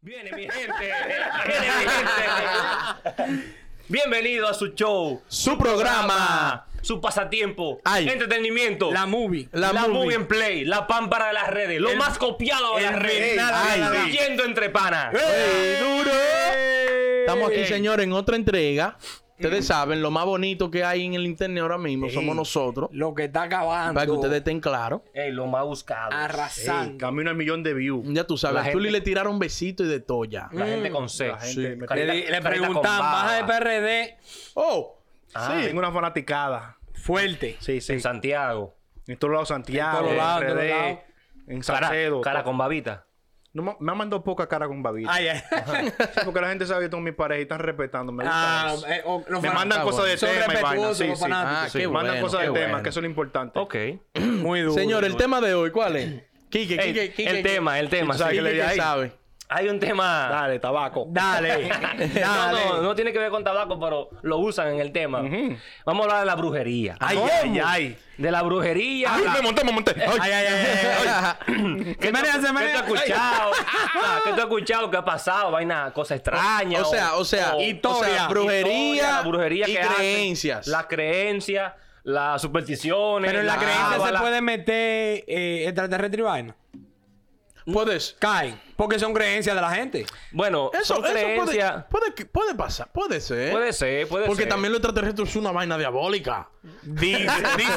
Viene mi gente, viene mi gente. Bienvenido a su show, su programa, su pasatiempo, Ay. entretenimiento, La movie. la movie en play, la pámpara de las redes, lo más copiado de las redes, yendo entre panas. ¡Ey, duro! Estamos aquí, señores, en otra entrega. Ustedes saben, lo más bonito que hay en el internet ahora mismo somos nosotros. Lo que está acabando. Para que ustedes estén claros. Ey, lo más buscado. Arrasando. Camino al millón de views. Ya tú sabes, La a Tuli gente- le tiraron besitos y de todo ya. La gente con C. La gente Sí. me Carita- Le carita preguntan, con baba. ¿baja de PRD? ¡Oh! Sí, tengo una fanaticada. Fuerte. Sí, sí. En Santiago. En todos lados, Santiago, En todos lados, en todos RD, lados. en Cara, Salcedo. cara con babita. No, me han mandado poca cara con babita. Ay, ay. Sí, porque la gente sabe que yo tengo mi pareja y están respetando. Me gusta eso. Me mandan Ah, cosas de son tema y vaina. respetuosos Sí, los sí. fanáticos. qué Mandan bueno, cosas de qué tema, bueno. que eso es lo importante. Ok. Muy duro. Señor, el tema de hoy, ¿cuál es? Quique, Ey, Quique. el tema. Sí, tú sabes que le di Quique, ahí. ¿qué sabe? Hay un tema. Dale, tabaco. Dale. No tiene que ver con tabaco, pero lo usan en el tema. Vamos a hablar de la brujería. Ay, ¿Cómo? ay, ay. De la brujería. Ay, me monté. Ay, Ay, ay, ay. ¿Qué tú has escuchado? ¿Qué tú has escuchado? ¿Qué ha pasado? Vaina, cosas extrañas. O sea, historia. brujería, la brujería y que hacen, creencias. las creencias, las supersticiones. Pero en la creencia se cábala. puede meter extraterrestre y vaina. Puedes. Caen. Porque son creencias de la gente. Bueno, son creencias. puede pasar, puede ser. Puede ser. Porque también lo extraterrestre es una vaina diabólica. Dicen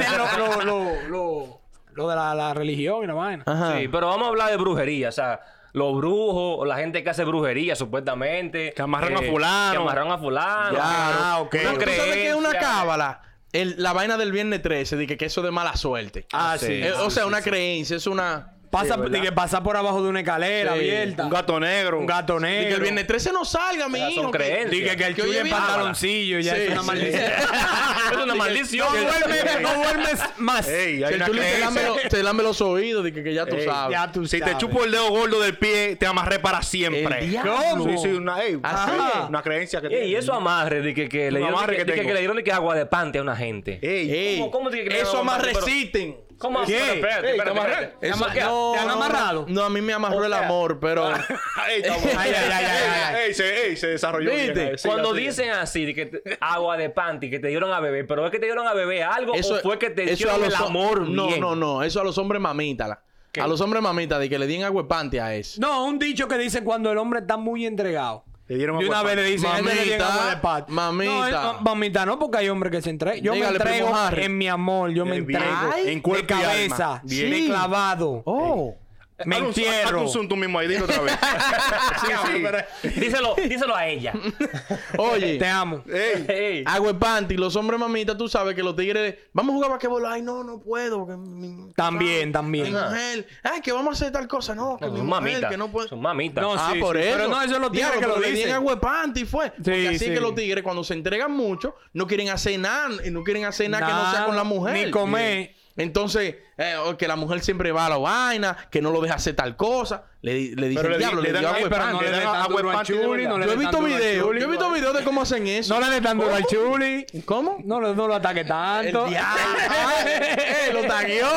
lo de la religión y la vaina. Ajá. Sí, pero vamos a hablar de brujería. O sea, los brujos, la gente que hace brujería, supuestamente. Que amarran a fulano. Que amarran a fulano. Ya, ok. Una ¿Tú sabes qué es una creencia. cábala? La vaina del viernes 13, de que eso de mala suerte. Ah, sí. O sea, una creencia, es una... Pasa, ¿verdad? de que pasa por abajo de una escalera Sí. abierta. un gato negro. Un gato De negro. que el viernes 13 no salga, mi sea, hijo. son creencias. Dice que el que chulo oye en bien. pantaloncillo ya Sí, es una sí. maldición. Es una maldición. No duermes más. Ey, hay Que una tú le creencia. te lame los oídos, de que ya tú Ey, sabes. Ya tú Si sabes. te chupo el dedo gordo del pie, te amarré para siempre. El diablo. ¿Cómo? Sí, sí, una, Así es. una creencia que Ey, y eso amarre de que le dieron amarre de que que tengo. le dieron de que agua de pante a una gente. Ey, Ey, ¿Cómo de que le eso dieron más agua de pante? resisten. ¿Cómo? ¿Qué? Pero espérate, Ey, espérate, ¿te amarré? espérate. Eso- ¿Te han amarrado? No, a mí me amarró O el sea- amor, pero... Ey, estamos- Ay, ay, ay, ay, Ey, se desarrolló ¿Viste? bien. Sí, Cuando así. dicen así, de que agua de panty, que te dieron a beber, pero es que te dieron a beber algo o fue que te eso hicieron a el los amor No, bien. no, eso a los hombres mamitas. ¿Qué? A los hombres mamitas, de que le den agua de panty a eso. No, un dicho que dice cuando el hombre está muy entregado. Le dieron De agua una de vez le dicen, Mamita, "Este le dieron agua de pat". mamita. No, mamita no, porque hay hombres que se entregan. Yo Dígale, me entrego primo Harry. en mi amor, yo me Bien, entrego. Ay, en cuerpo de y cabeza, alma. Bien. de clavado. Oh. Me Haz un entierro. zoom tú mismo ahí, dilo otra vez. sí, sí. Díselo a ella. Oye, Te amo. Ey, Ey. agua de panty, los hombres mamitas, tú sabes que los tigres... Vamos a jugar basquetbol. Ay, no puedo. Porque También, Mi también. mujer. Ay, que vamos a hacer tal cosa. No, que mi Son mujer, mamitas. que no puede... Son mamitas. No, Ah, sí, por sí. eso. Pero no, eso es los tigres Diablo, que lo pero le dicen. dieron agua de panty fue. Porque así sí. que los tigres cuando se entregan mucho, no quieren hacer nada. No quieren hacer nada que no sea Nada, con la mujer. ni comer. Entonces, o que la mujer siempre va a la vaina, que no lo deja hacer tal cosa. Le dicen, Pero le diablo, le dan dio agua agua de de Pero panty. no le dan den agua tanto de duro al panty de chuli, verdad. no le Yo he den visto tanto duro al videos, chuli. yo he visto videos de cómo hacen eso. No le den tanto duro al chuli. ¿Cómo? No lo ataque tanto. El diablo. Lo tagueó.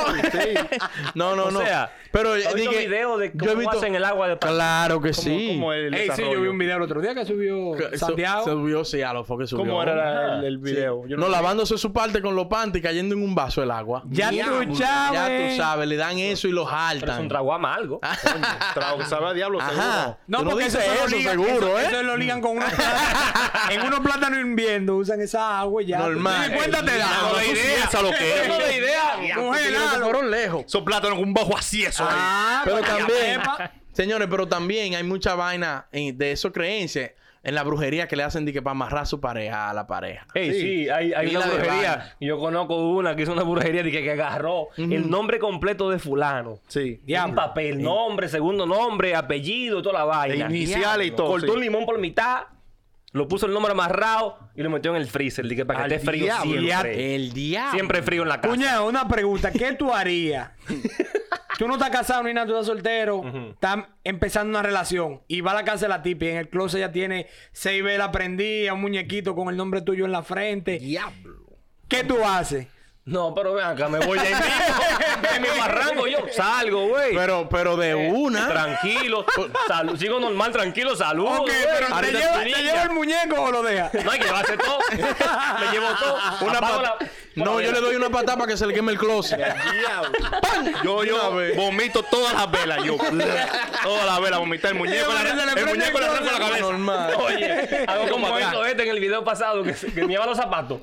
No. O sea, pero ¿has visto dije, videos de yo he cómo hacen el agua de panty? Claro que sí. ¿Cómo el Ey, sí, desarrollo? yo vi un video el otro día que subió Santiago. Subió, sí, a lo fue que subió. ¿Cómo era el video? Yo No, vi. lavándose su parte con los panty cayendo en un vaso el agua. Ya Diablo. tú Ya sabes. tú sabes, le dan eso y los Pero es jaltan. un trago amargo. Trago que sabe a diablo, Ajá. No, Tú porque dices eso lo ligan, seguro, eso lo ligan con unos plátanos. En unos plátanos hirviendo usan esa agua y ya. Normal. Ni cuenta te da. No de tú idea. piensas lo que es. Eso de idea. Mujer, Porque ellos se fueron lejos. Son plátanos con un bajo así eso ahí. Ah, Pero para que también, sepa. señores, pero también hay mucha vaina de eso creencias en la brujería que le hacen de que para amarrar a su pareja a la pareja. Ey, sí, hay Pila una de brujería. vaina. Yo conozco una que hizo una brujería de que agarró el nombre completo de fulano. Sí. Un papel, nombre, segundo nombre, apellido, toda la vaina. Iniciales y todo, Cortó sí. un limón por mitad, lo puso el nombre amarrado y lo metió en el freezer. Dije, para que Al esté frío diablo. siempre. El diablo. Siempre frío en la casa. Cuñado, una pregunta. ¿Qué tú harías? Tú no estás casado ni nada, tú estás soltero. Estás empezando una relación y va a la casa de la tipa y en el closet ya tiene 6 velas prendidas, un muñequito con el nombre tuyo en la frente. Diablo. ¿Qué tú haces? No, pero ven acá, me voy ahí mismo. En mi barranco yo salgo, güey. Pero de una. Tranquilo. Sigo normal, tranquilo, saludo. Ok, pero ¿te lleva el muñeco o lo deja? No hay que llevarse todo. Me llevo todo. No, yo le doy una patada para que se le queme el closet. Yo vomito todas las velas, yo. Todas las velas, vomité el muñeco. El muñeco le arranco la cabeza. Normal. Oye, algo como esto en el video pasado, que me lleva los zapatos.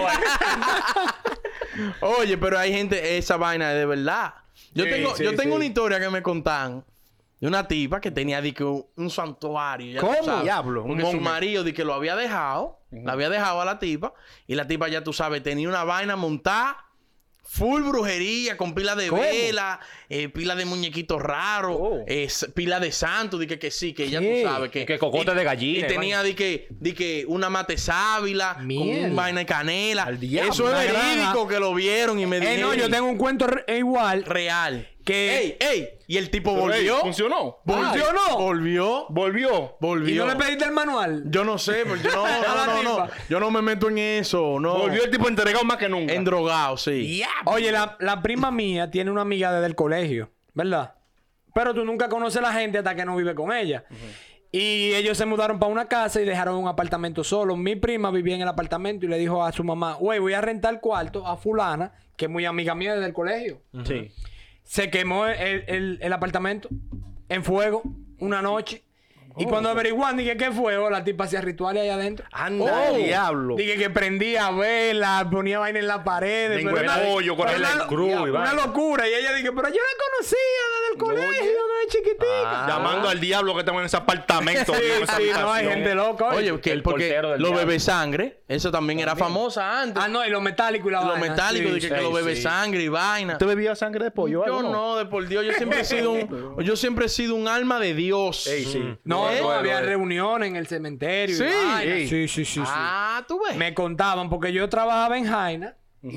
Oye, pero hay gente, esa vaina es de verdad. Yo tengo una historia que me contan de una tipa que tenía un santuario. Ya ¿Cómo? Diablo. Porque su marido que lo había dejado, la había dejado a la tipa, y la tipa, ya tú sabes, tenía una vaina montada, full brujería, con pila de vela, pila de muñequitos raros, pila de santos, que sí, que ya tú sabes que cocote de gallina. Y tenía di que una mate sábila, con un vaina de canela. Al diablo. Eso es verídico, que lo vieron y me dijeron. No, yo tengo un cuento igual. Real. Que... ¡Ey! Y el tipo volvió. ¿Funcionó? Volvió. ¿Y no le pediste el manual? Yo no sé, porque no. Yo no me meto en eso, no. Volvió el tipo entregado más que nunca. Endrogado, sí. Oye, la prima mía tiene una amiga desde el colegio, ¿verdad? Pero tú nunca conoces a la gente hasta que no vive con ella. Y ellos se mudaron para una casa y dejaron un apartamento solo. Mi prima vivía en el apartamento y le dijo a su mamá, güey, voy a rentar cuarto a fulana, que es muy amiga mía desde el colegio. Sí. Se quemó el apartamento en fuego una noche. Y cuando averiguan, dije, ¿qué fue? La tipa hacía rituales allá adentro. ¡Anda, diablo! Dije que prendía velas, ponía vaina en la pared. Lengua de pollo con el cruz. Una locura. Y ella dije, pero yo la conocía desde el colegio, desde chiquitica. Llamando al diablo que estaba en ese apartamento. Sí, no, hay gente loca. Oye, porque los bebés sangre, eso también era ¿También? famosa antes. Ah, no, y los metálicos y la vaina. Los metálicos, dije que los bebés sangre y vaina. ¿Usted bebía sangre de pollo? Yo no, de por Dios. Yo siempre he sido un alma de Dios. Sí. No, había reuniones en el cementerio. Sí. Sí. Ah, tú ves. Me contaban, porque yo trabajaba en Jaina.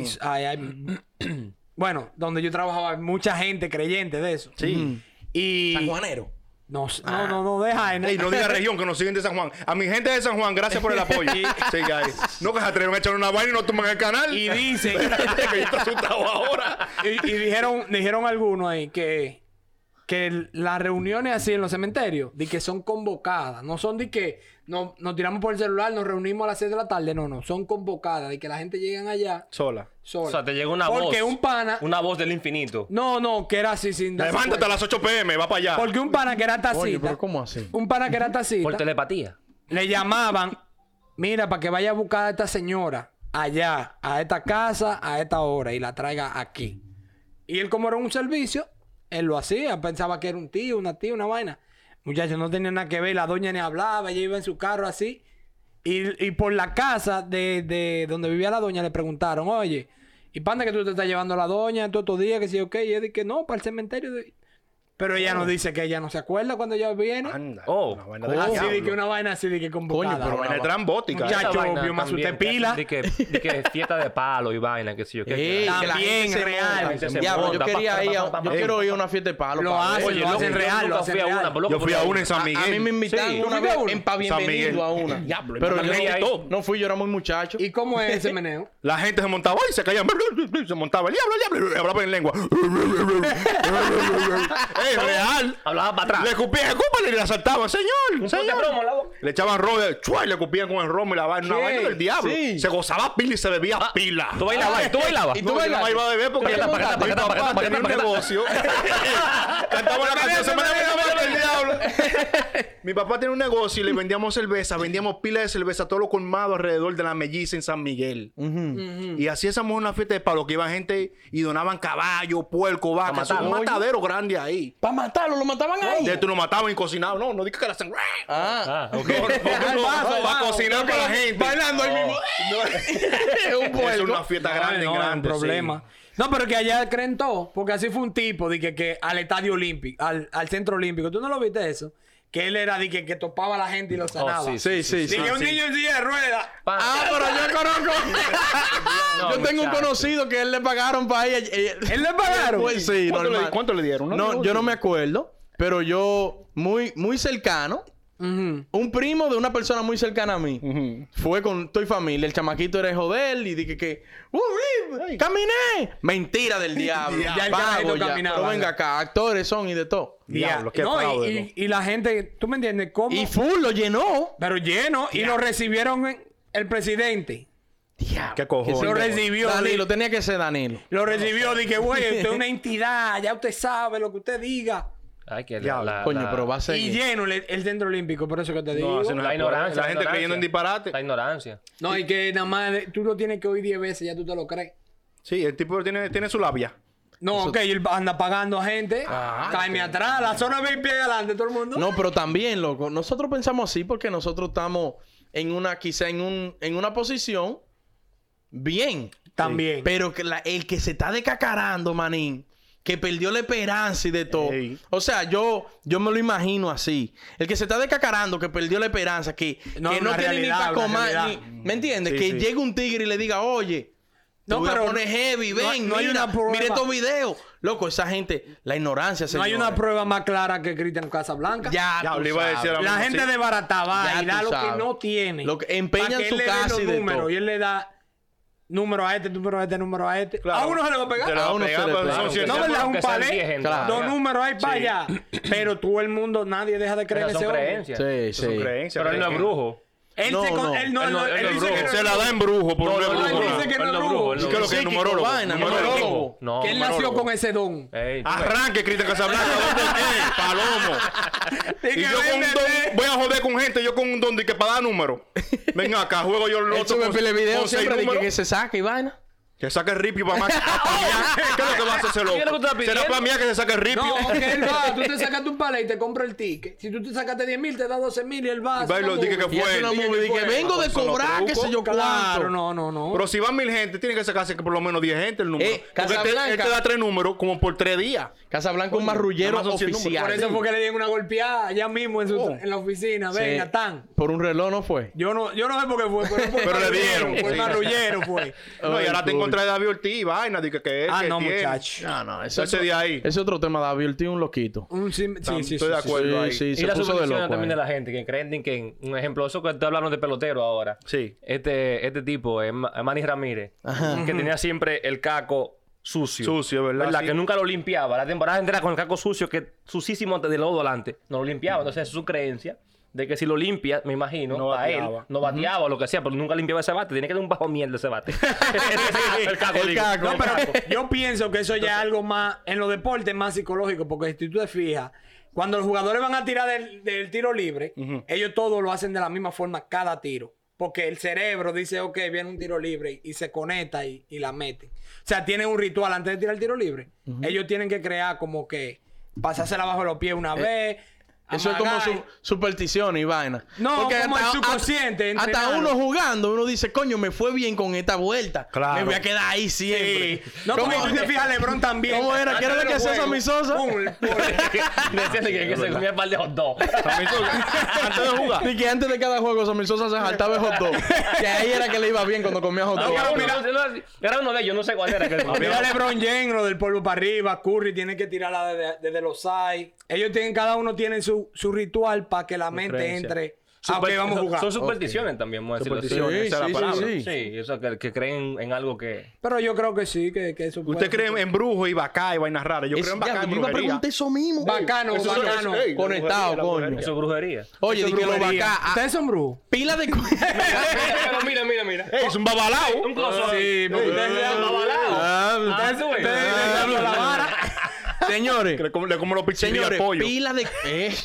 Bueno, donde yo trabajaba, mucha gente creyente de eso. Sí. Y... Sanjuanero. No, de Jaina. Ey, no diga región, que nos siguen de San Juan. A mi gente de San Juan, gracias por el apoyo. Sí, guys. No, que se atreven a echar una vaina y no toman el canal. Y dicen... que yo estoy asustado ahora. y dijeron algunos ahí que las reuniones así en los cementerios, de que son convocadas. No son de que nos tiramos por el celular, nos reunimos a las 6 de la tarde. No. Son convocadas. De que la gente llegan allá. Sola. O sea, te llega una voz. Porque un pana... Una voz del infinito. No, que era así sin darse Levántate cuenta. a las 8 p.m., va para allá. Porque un pana que era tacita... Oye, pero ¿cómo así? Un pana que era tacita... Por telepatía. Le llamaban... Mira, para que vaya a buscar a esta señora allá, a esta casa, a esta hora, y la traiga aquí. Y él, como era un servicio, él lo hacía. Pensaba que era un tío, una tía, una vaina. Muchachos, no tenía nada que ver. La doña ni hablaba. Ella iba en su carro así. Y por la casa de donde vivía la doña le preguntaron, oye, ¿y panda que tú te estás llevando a la doña todos estos días? Que sí, ok. Y él dice que no, para el cementerio. Pero ella nos dice que ella no se acuerda cuando ella viene. Anda. Una vaina de Así diablo. de que una vaina así de que convocada. Coño, pero vaina trambótica. Muchacho, yo me asusté pila. De que fiesta de palo y vaina, que sí yo. Que la También gente se real. monta. Se Diablo, yo monta, quería ir yo quiero ir a una fiesta de palo. Lo hacen, lo hacen real, lo hacen real. Yo fui a una en San Miguel. A mí me invitaron Sí. una ¿Tú fuiste vez a una? en Pa' San Miguel. Bienvenido a una. Diablo, Pero me yo invitó. no fui, yo era muy muchacho. ¿Y cómo es ese meneo? La gente se montaba y se caían. Se montaba el diablo. Y hablaba en lengua. Es real. Hablaba para atrás. Le escupían, escúpale y le asaltaban. Señor. Le echaban romo, y le escupían con el romo y la vaina. Una vaina del diablo. Sí. Se gozaba pila y se bebía pila. Tú bailabas. ¿Y tú No, yo bailas? no iba a beber porque Paqueta, mi paqueta, papá paqueta, tenía un paqueta. negocio. Cantaba la canción, se me da el diablo. Mi papá tenía un negocio y le vendíamos cerveza. Vendíamos pila de cerveza a todos los colmados alrededor de la Melliza en San Miguel. Y así hacíamos una fiesta de palo que iba gente y donaban caballo, puerco, vaca. Eso era un matadero grande ahí. Para matarlo, lo mataban ahí. De tú lo mataban y cocinaban. No digas que la hacen. Ok. Para cocinar para la gente. Bailando ahí mismo. Es un puerco. Es una fiesta grande, no, grande. No, problema. No, pero que allá creen todo. Porque así fue un tipo de que al estadio olímpico, al centro olímpico. ¿Tú no lo viste eso? Que él era de que topaba a la gente y lo sanaba. Sí. Dije un niño en silla de ruedas. Pero yo conozco. Yo tengo un conocido que él le pagaron para ella. ¿Él le pagaron? Pues sí, normal. ¿Cuánto le dieron? No, yo no me acuerdo. Pero yo, muy cercano, Un primo de una persona muy cercana a mí. Fue con toda familia. El chamaquito era hijo de él y dije que... ¡Caminé! Mentira del diablo. Ya el Vago carajito ya. caminaba, Pero ya. venga acá, actores son y de todo. Diablo, qué No, fraude, y la gente, ¿tú me entiendes? ¿Cómo? Y full lo llenó. Pero lleno. Y lo recibieron el presidente. ¿Qué cojones? Lo recibió. Danilo, tenía que ser Danilo. Lo recibió. Dije, güey, usted es una entidad. Ya usted sabe lo que usted diga. Ay, que Diablo, Coño, pero va a ser... Y lleno el centro olímpico. Por eso que te digo. No, así no La se ignorancia. puede. La gente creyendo en disparate. La ignorancia. No, y que nada más tú lo tienes que oír 10 veces. Ya tú te lo crees. Sí, el tipo tiene su labia. No, ok, él anda pagando a gente. Cáeme atrás. La zona VIP adelante, todo el mundo. No, pero también, loco, nosotros pensamos así porque nosotros estamos en una, quizá en una posición bien. También. Pero que el que se está decacarando, manín, que perdió la esperanza y de todo. Ey. O sea, yo me lo imagino así. El que se está decacarando, que perdió la esperanza, que no una tiene ni realidad, para una comer. realidad. ¿Me entiendes? Sí, Que sí. llegue un tigre y le diga, oye... No, No, pero pero poner heavy, ven, no hay mira, una prueba. mira estos videos. Loco, esa gente, la ignorancia, No hay señores. una prueba más clara que Cristian Casablanca. Ya, Ya, tú le iba a decir sabes. a La gente de Baratabá Ya y da tú lo que sabes. no tiene. Lo que empeñan Pa' que su él le dé casa los y de números. todo. Y él le da número a este, número a este, número a este. Claro. A uno se le va a pegar. Se le va A uno a se pegar, le pero pega. son Claro, 100. No, que ¿verdad? sean- Un que sean palé. 10 gente. Claro. Dos números ahí para allá. Pero todo el mundo, nadie deja de creer en Esas ese son hombre. creencias. Sí, Son sí. creencias. Pero él no es brujo. Él No, se con- no. él no, Él no- él él no es dice que brujo. no Se es la da brujo. en brujo por No, un no, él brujo. dice que no él es no es brujo. brujo. él ¿Y no qué es lo es que es Psíquico, numerólogo? vaina, Numerólogo. numerólogo. No, Que él numerólogo. nació con ese don. Ey, tú ves. Arranque, Cristian Casablanca. ¿Dónde qué? Palomo. Y Y que yo con un véndete. don, voy a joder con gente, yo con un don de que para dar número. Venga acá, juego yo el Él otro sube con, pile video con 6 siempre de números. que se saque y vaina. Que saque el ripio para más. ¿Qué es lo que va a hacer ese loco? ¿Qué es lo que tú estás Será pidiendo? para mí que se saque el ripio. No, que él va, tú te sacaste un palé y te compra el ticket. Si tú te sacaste 10,000, te da 12,000 y él va. Va y lo dije que Y hace una Dije movie de que fue. vengo de Esos son los cobrar, qué sé yo Claro, cuánto. no. Pero si van 1000 gente, tiene que sacarse que por lo menos 10 gente el número. Porque Casablanca. él te da 3 números como por 3 días. Casablanca un marrullero nada más son 100 oficial. Por eso fue que le dieron una golpeada allá mismo en la oficina. Sí. Venga, tan. Por un reloj no fue. Yo no sé por qué fue, Pero le dieron. Fue Sí. marrullero, fue. No, y ahora te cool. encontré a David Ortiz y vaina. Dije que él. Ah, que no, tiene. muchacho. No, Ese de ahí. Ese otro tema, David Ortiz, un loquito. Sí, Estoy de acuerdo ahí. Sí, Y se la puso de superstición loco. también de ahí. la gente que creen que, un ejemplo, eso que estoy hablando de pelotero ahora. Sí. Este tipo, Manny Ramírez, que tenía siempre el caco sucio. Sucio, ¿verdad? Sí. Que nunca lo limpiaba. La temporada entera con el caco sucio, que sucísimo de lodo delante. No lo limpiaba. Entonces, es su creencia de que si lo limpia, me imagino, No a él, bateaba. no bateaba o lo que sea, pero nunca limpiaba ese bate. Tiene que dar un bajo mierda ese bate. el caco, El digo. caco. No, pero yo pienso que eso ya es algo más, en los deportes, más psicológico, porque si tú te fijas, cuando los jugadores van a tirar del tiro libre, ellos todos lo hacen de la misma forma cada tiro. Porque el cerebro dice, ok, viene un tiro libre y se conecta y la meten. O sea, tienen un ritual antes de tirar el tiro libre. Ellos tienen que crear como que pasársela bajo los pies una vez. Eso es como amagar. superstición y vaina. No, Porque como el subconsciente, Hasta entrenaron. uno jugando, uno dice, coño, me fue bien con esta vuelta. Claro. Me voy a quedar ahí siempre. No, ¿Cómo, como tú te fijas, LeBron también. ¿Cómo era? ¿Qué era lo que hacía Sammy Sosa? Decían que se comía un par de hot dogs. Antes de jugar. Y que antes de cada juego Sammy Sosa se saltaba el hot dog. Que ahí era que le iba bien cuando comía hot dog. Era uno de ellos, no sé cuál era. Mira LeBron James, lo del polvo para arriba. Curry tiene que tirarla desde los sides. Ellos tienen, cada uno tiene su ritual para que la mente creencia. entre. Ok, vamos a jugar. Son supersticiones también, vamos a decirlo así. Supersticiones, esa es la sí, palabra. sí. Sí, eso que creen en algo que... Pero yo creo que sí, que eso puede Usted cree ser. en brujo y bacá y vainas raras. Yo creo en bacá y yo iba a brujería. preguntar eso mismo. Bacano, Eso es- bacano. ey, la Conectado, brujería, la coño. brujería. Eso es brujería. Oye, Eso di es que los brujería. bacá. ¿Ustedes son brujos? Pila de... Pero mira. Ey, es un babalao. Un close-up. Sí, porque ustedes le dan babalao. Ah, Ustedes le dan con la vara. Señores, Le como los pichillos al señores, pollo. pila de...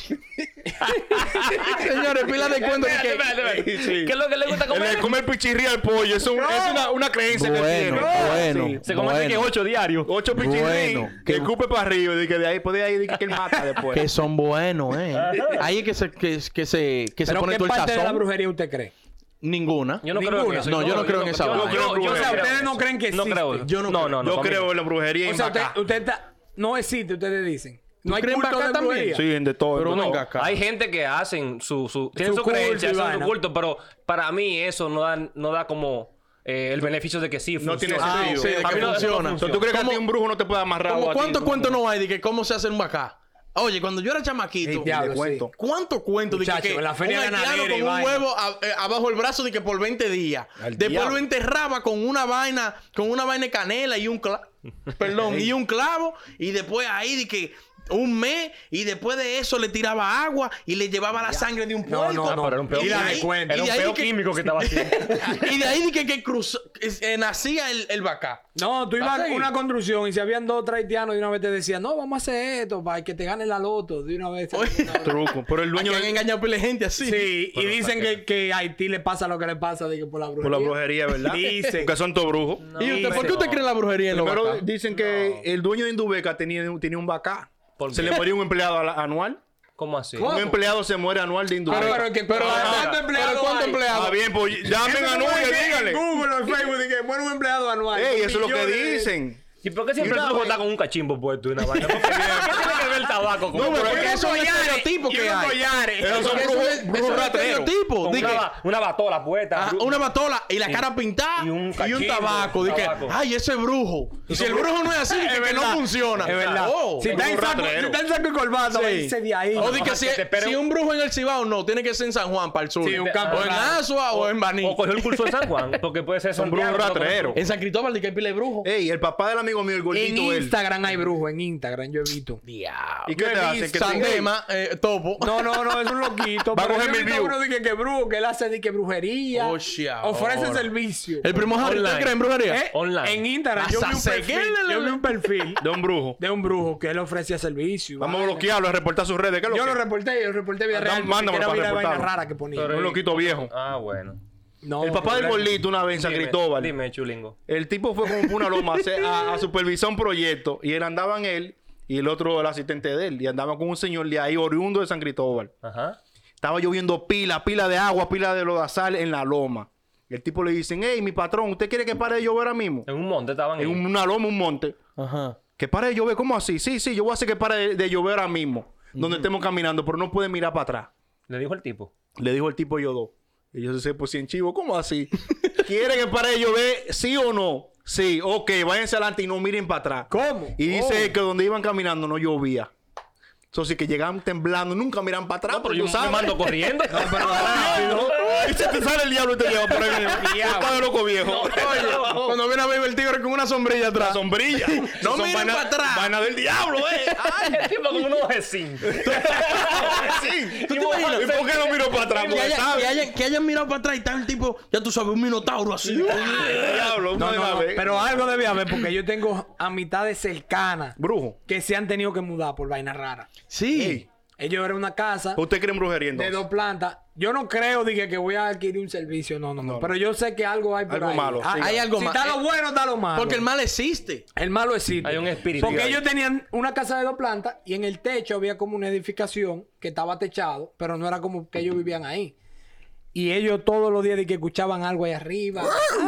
Señores, pila de cuentos de que... Espérate. Sí. ¿Qué es lo que le gusta El de comer? comer pichirría al pollo. Es una creencia que Bueno, tiene. bueno. Se come que 8 diarios. 8 pichirrí. Bueno, que que- escupe para arriba. Y que de ahí, pues de ahí, que él mata después. Que son buenos, Ahí es que se ¿Pero pone qué todo el parte de la brujería? brujería usted cree? Ninguna. Yo no creo en Ninguna. eso. No, yo no creo en esa yo- vaina. yo- yo- Yo O sea, creo ustedes en no eso. creen que No existe. creo. Yo no creo. Yo para mí creo en la brujería y O en sea, bacá. no existe, ustedes dicen. No hay crees en culto bacá de también? brujería. Sí, en de todo. Pero en de venga todo. acá. Hay gente que hacen tienen Su su creencia, culto y hacen su vaina. culto, pero para mí eso no da como el beneficio de que sí No tiene funciona. sentido. Sí, de Para que mí no funciona. O sea, ¿tú crees que a ti un brujo no te puede amarrar? ¿Cómo o a ti cuántos no? cuentos no hay de que cómo se hace un bacá? Oye, cuando yo era chamaquito, Ey, diablo, Le cuento. ¿cuántos cuentos? Muchacho, que en la feria un haitiano ganadera y con un vaina. huevo abajo el brazo de que por 20 días. Al Después diablo. lo enterraba con una vaina de canela y un clavo. Perdón, y un clavo. Y después ahí de que un mes. Y después de eso le tiraba agua y le llevaba la sangre de un No, puerco. no, no. Pero era un peo, Y la de de cuenta. era un y de ahí peo que- químico que estaba haciendo. Y de ahí de que nacía el bacá. No, tú ¿Va a ibas a seguir? una construcción y si habían 2 o 3 haitianos de una vez te decían, no, vamos a hacer esto para que te gane la loto de una vez. Truco. Pero el dueño Aquí han engañado a pila de gente así. Sí, y dicen que a Haití le pasa lo que le pasa de que por la brujería. por la brujería, ¿verdad? Dicen. Porque son todos brujos. ¿Y usted por qué usted cree en la brujería en los Primero bacá? dicen que el dueño de Indubeca tenía un vacá. ¿Por Se qué? le moría un empleado anual. ¿Cómo así? ¿Cómo? Un empleado se muere anual de Indubeca. ¿cuántos empleados ¿cuántos hay? empleados? Ah, bien, pues llamen a Nubia, díganle. Google o en Facebook de que muere un empleado anual. Ey, eso es lo que Millones de- dicen. ¿Y por qué siempre Y el una brujo vez- está con un cachimbo puesto y una vaina? ¿Qué tiene que ver el tabaco con No, pero con es que esos son estereotipos que hay. Esos son Porque brujos eso es rateros. estereotipo. Di que- una batola puesta? Ajá, una batola y la cara pintada y y un un, cachimbo, tabaco. Di que, tabaco. ay, ese es brujo. Y si el brujo no es así, di que no funciona. Es verdad. Oh. Si está en saco, si está en saco y corbata, Sí. va a irse de ahí. O di que Ajá, si, que te espere si un brujo en el Cibao no, tiene que ser en San Juan, para el sur. Sí, un campo o en raro. Asua o en Baní. O cogió el curso de San Juan, porque puede ser Son brujos Santiago, rateros. En San Cristóbal di que hay pila de brujo. Ey, el papá del amigo mío, el En gordito, él. Instagram hay brujo, en Instagram yo he visto. Diablo. ¿Y qué te hace? ¿Qué te- Sandema, topo. No, es un loquito. Va a pero coger yo he 1000 visto views. uno de que brujo, que él hace de que brujería. Oye, Ofrece ahora. servicio. El primo Harry, ¿usted Online. cree en brujería? Online. En Instagram yo vi, un Hasta perfil, seguirle, yo vi un perfil De un brujo. de un brujo que él ofrecía servicio. Vamos a vaina. bloquearlo, a reportar sus redes. ¿Qué es lo Yo que? lo reporté vida real. mándamelo Era para vaina reportarlo. rara que ponía. Un loquito viejo. Ah, bueno. No, El papá del pero- gordito una vez en San Dime, Cristóbal. Dime, chulingo. El tipo fue como por una loma a supervisar un proyecto y él andaba en él y el otro el asistente de él y andaban con un señor de ahí oriundo de San Cristóbal. Ajá. Estaba lloviendo pila de agua, pila de lodazal en la loma. El tipo le dicen, hey, mi patrón, ¿usted quiere que pare de llover ahora mismo? En un monte estaban En ahí. una loma, un monte. Ajá. Que pare de llover, ¿cómo así? Sí, yo voy a hacer que pare de llover ahora mismo. Donde estemos caminando, pero no puede mirar para atrás. Le dijo el tipo. Le dijo el tipo Yodo. Y yo sé, pues si en chivo, ¿cómo así? ¿Quiere que pare de llover, sí o no? Sí, ok, váyanse adelante y no miren para atrás. ¿Cómo? Y dice Oh. él que donde iban caminando no llovía. Entonces que llegaban temblando, nunca miran para atrás. No, pero porque yo tú sabes. me mando corriendo. Y se te sale el diablo y te lleva por ahí. Está de loco viejo. Oye, cuando viene a ver el tigre con una sombrilla La atrás. sombrilla. No Son miren vaina- para atrás. Vaina del diablo, Ay, el tipo como un ojesín. Sí. ¿Tú te imaginas? ¿Y por qué no miro para atrás? Que, Porque sabe. que hayan mirado para atrás y está el tipo, ya tú sabes, un minotauro así. El diablo, No, una de no, una no, vez. pero algo debe haber porque yo tengo amistades cercanas Brujo. que se han tenido que mudar por vainas raras. Sí. Ey, Ellos eran una casa ¿usted cree en brujería de entonces? 2 plantas. Yo no creo dije, que voy a adquirir un servicio, no. Pero yo sé que algo hay por Algo ahí. malo, Ah, sí. Hay algo si más. está lo bueno, está lo malo. Porque el mal existe. El malo existe. Hay un espíritu Porque ahí. ellos tenían una casa de 2 plantas y en el techo había como una edificación que estaba techado, pero no era como que ellos vivían ahí. Y ellos todos los días de que escuchaban algo ahí arriba.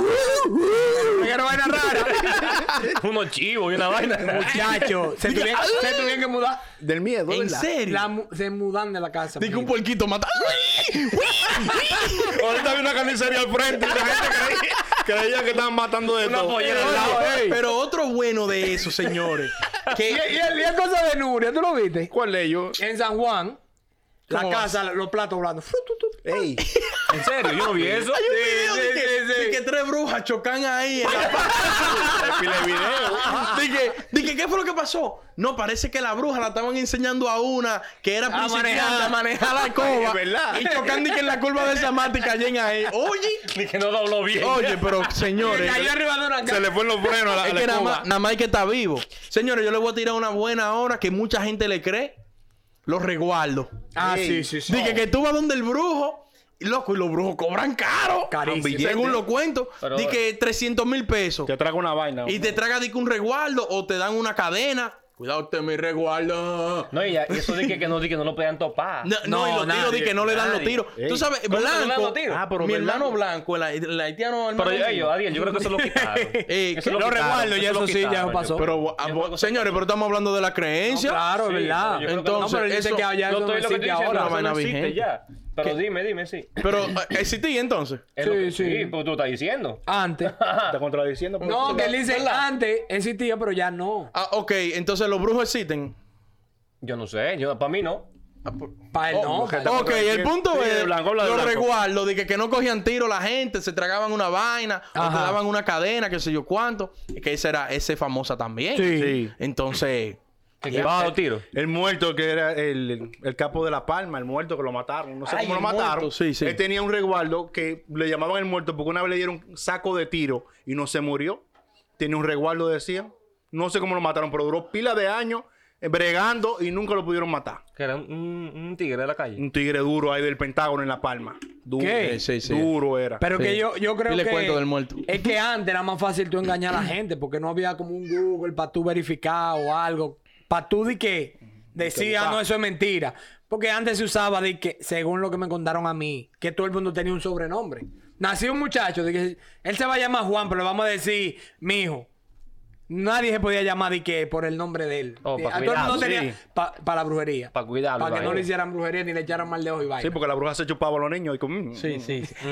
Era vaina rara. Unos chivos y una vaina. Muchachos, se tuvieron que mudar. Del miedo, ¿En ¿verdad? serio? Se mudan de la casa. Dice que un mira. puerquito mata. Ahorita había una carnicería al frente y la gente creía que estaban matando de Una todo. pollera al Oye, lado. pero otro bueno de eso, señores. Que Y el cosa de Nuria, ¿tú lo viste? ¿Cuál de ellos? En San Juan, la ¿Cómo casa, los platos volando. Ey, ¿En serio? Yo no vi eso. hay un video sí, de que 3 brujas chocan ahí. En la... el pile de video. Dije, ¿qué fue lo que pasó? No, parece que la bruja la estaban enseñando a una que era principiante a manejar la escoba. Es verdad. Y chocando y que en la curva de Samati cayen ahí. Oye, Ni que no dobló bien. pero señores. Cayó arriba de una Se casa. le fue en los frenos a la, Es a la que escoba. nada más hay que estar vivo. Señores, yo les voy a tirar una buena hora que mucha gente le cree. Los resguardos. Ah, Ey. sí. Dije que tú vas donde el brujo. Y loco, y los brujos cobran caro. Carísimo. billete. Según lo cuento. Pero- Dije 300,000 pesos. Te traga una vaina. Y te traga dije un resguardo o te dan una cadena. Cuidado, usted mi resguardo. No, y eso de que no lo podían topar. No, No, y los tiros nadie, de que no le dan los nadie. tiros. Ey. Tú sabes, ¿Cómo que no le dan Blanco. los tiros? Ah, pero mi ¿verdad? hermano Blanco, el haitiano hermano. Pero mío. Adiel, yo creo que eso lo quitaron. ¿qué? Lo Los quitaron, resguardos, ya lo eso sí, ya quitaron, pasó. yo creo. Pero, Yo creo que señores, pero estamos hablando de la creencia. Claro, Sí, ¿verdad? pero yo creo que Entonces, no, pero él dice eso- que ya Yo eso no estoy lo que existe estoy diciendo, ahora. una eso vaina no existe vigente. ya. Pero dime, sí. Pero existía entonces. Es lo que- Sí. Sí, pues tú estás diciendo. Antes. Está contradiciendo. pues. No, que él dice ¿Verdad? antes existía, pero ya no. Ah, ok, entonces los brujos existen. Yo no sé. Para mí no. Para él no. que pa' él. Ok, el punto Sí, es de blanco, habla de los blanco. resguardos de que no cogían tiro la gente, se tragaban una vaina, o te Ajá. daban una cadena, qué sé yo cuánto. Que ese famosa también. Sí. Entonces, Que llevaba los tiros. El muerto que era el capo de La Palma, el muerto que lo mataron. No sé Ay, cómo lo el mataron. muerto, sí, sí. Él tenía un resguardo que le llamaban el muerto porque una vez le dieron un saco de tiro y no se murió. Tiene un resguardo, decían. No sé cómo lo mataron, pero duró pila de años bregando y nunca lo pudieron matar. Que era un tigre de la calle. Un tigre duro ahí del Pentágono en La Palma. Duro. ¿Qué? Sí, sí. Duro era. Pero Sí. que yo creo Y le que... cuento del muerto. Es que antes era más fácil tú engañar a la gente porque no había como un Google para tú verificar o algo. Para tú de que decía, no, eso es mentira. Porque antes se usaba de que, según lo que me contaron a mí, que todo el mundo tenía un sobrenombre. Nació un muchacho, de que él se va a llamar Juan, pero le vamos a decir, mijo. Nadie se podía llamar de que por el nombre de él. Oh, pa' A todo el mundo cuidarlo, tenía sí. para la brujería. Pa' cuidarlo, Para que no vaina. le hicieran brujería ni le echaran mal de ojo y vaina. Sí, porque la bruja se chupaba a los niños y sí.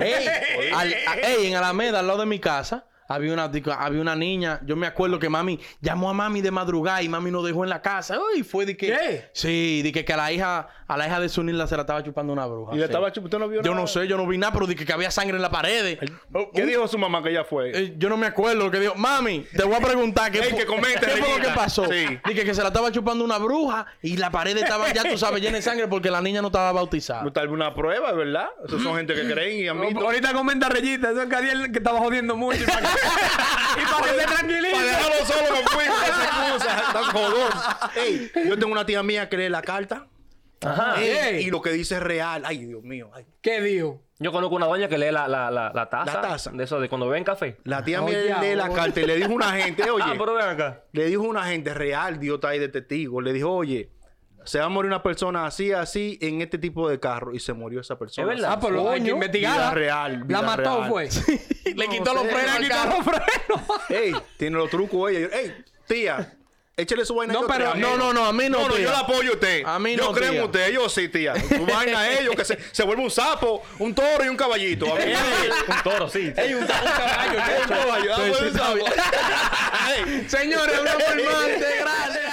Ey, en Alameda, al lado de mi casa, había una niña. Yo me acuerdo que mami llamó a mami de madrugada y mami nos dejó en la casa. Uy, fue de que... ¿Qué? Sí, de que a la hija de Zunilda se la estaba chupando una bruja. Y le sí. estaba chupando. ¿Usted no vio Yo nada? no sé, yo no vi nada, pero dije que había sangre en la pared. ¿Qué dijo su mamá que ella fue? Yo no me acuerdo lo que dijo. Mami, te voy a preguntar qué Ey, fue, que comente, qué fue lo Reguita. que pasó. Sí. Dije que se la estaba chupando una bruja y la pared estaba ya, tú sabes, llena de sangre porque la niña no estaba bautizada. No tal vez una prueba, ¿verdad? Esos son gente que creen y a mí... Ahorita comenta Reyita, eso es Cadiel que estaba jodiendo mucho. Y para que se tranquilice. Para dejarlo solo me fui con esa excusa. Tan jodón. Ey, yo tengo una tía mía que lee la carta. Ajá. Ey. Y lo que dice es real. Ay, Dios mío. Ay. ¿Qué dijo? Yo conozco una doña que lee la taza. La taza. De eso, de cuando ven café. La tía Oye, mía lee la ahora. carta y le dijo a una gente, oye, Pero ven acá. le dijo a una gente real, Dios está ahí de testigo. Le dijo, oye, se va a morir una persona así, así, en este tipo de carro. Y se murió esa persona. Es verdad. Ah, pues lo hay que Vida investigar. real. La vida mató, real. fue. Le quitó los sé. frenos al Le quitó carro. los frenos. Ey, tiene los trucos ella. Ey, tía, échale su vaina. No, yo pero- creo. No, a mí no, No, tía. yo la apoyo a usted. A mí yo no, creo tía. en usted, yo sí, tía. Su vaina es ellos, que se vuelve un sapo, un toro y un caballito. A mí, Un toro, sí. Ey, un caballo. un caballo. Sí, Ah, pues, sí, un sapo. Señores, una formante, gracias.